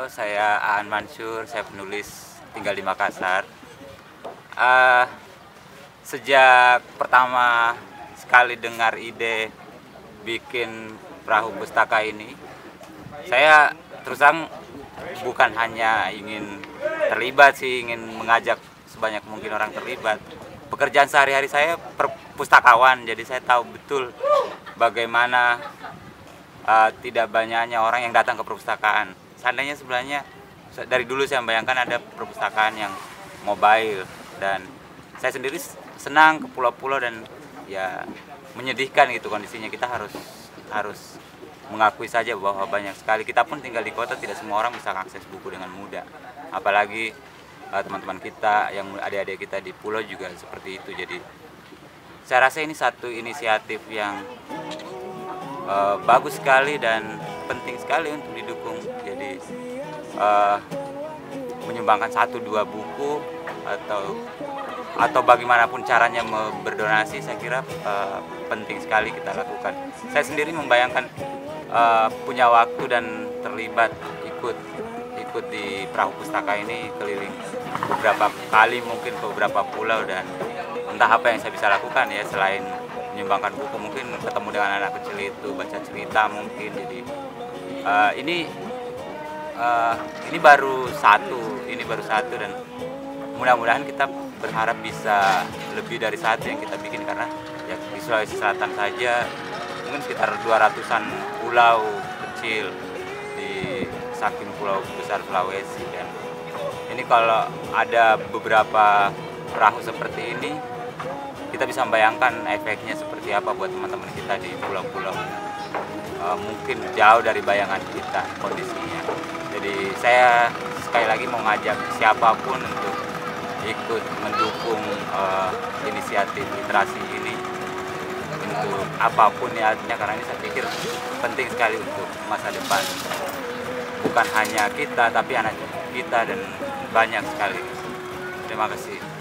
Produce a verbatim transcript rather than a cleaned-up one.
saya Aan Mansur, saya penulis tinggal di Makassar. Uh, sejak pertama sekali dengar ide bikin perahu pustaka ini, saya terus terang bukan hanya ingin terlibat sih, ingin mengajak sebanyak mungkin orang terlibat. Pekerjaan sehari-hari saya perpustakawan, jadi saya tahu betul bagaimana uh, tidak banyaknya orang yang datang ke perpustakaan. Seandainya sebenarnya dari dulu saya membayangkan ada perpustakaan yang mobile, dan saya sendiri senang ke pulau-pulau, dan ya menyedihkan gitu kondisinya. Kita harus harus mengakui saja bahwa banyak sekali, kita pun tinggal di kota, tidak semua orang bisa akses buku dengan mudah. Apalagi uh, teman-teman kita, yang adik-adik kita di pulau juga seperti itu. Jadi saya rasa ini satu inisiatif yang uh, bagus sekali dan penting sekali untuk didukung. Jadi uh, menyumbangkan satu dua buku atau atau bagaimanapun caranya berdonasi, saya kira uh, penting sekali kita lakukan. Saya sendiri membayangkan uh, punya waktu dan terlibat ikut ikut di perahu pustaka ini keliling beberapa kali, mungkin ke beberapa pulau, dan entah apa yang saya bisa lakukan ya selain menyumbangkan buku, mungkin ketemu dengan anak kecil itu, baca cerita mungkin. Jadi uh, ini uh, ini baru satu, ini baru satu dan mudah-mudahan kita berharap bisa lebih dari satu yang kita bikin, karena ya di Sulawesi Selatan saja mungkin sekitar dua ratusan pulau kecil di samping pulau besar Sulawesi, dan ini kalau ada beberapa perahu seperti ini, kita bisa membayangkan efeknya seperti apa buat teman-teman kita di pulau-pulau. Uh, mungkin jauh dari bayangan kita kondisinya. Jadi saya sekali lagi mau ngajak siapapun untuk ikut mendukung uh, inisiatif literasi ini, untuk apapun niatnya, karena ini saya pikir penting sekali untuk masa depan, bukan hanya kita tapi anak kita dan banyak sekali. Terima kasih.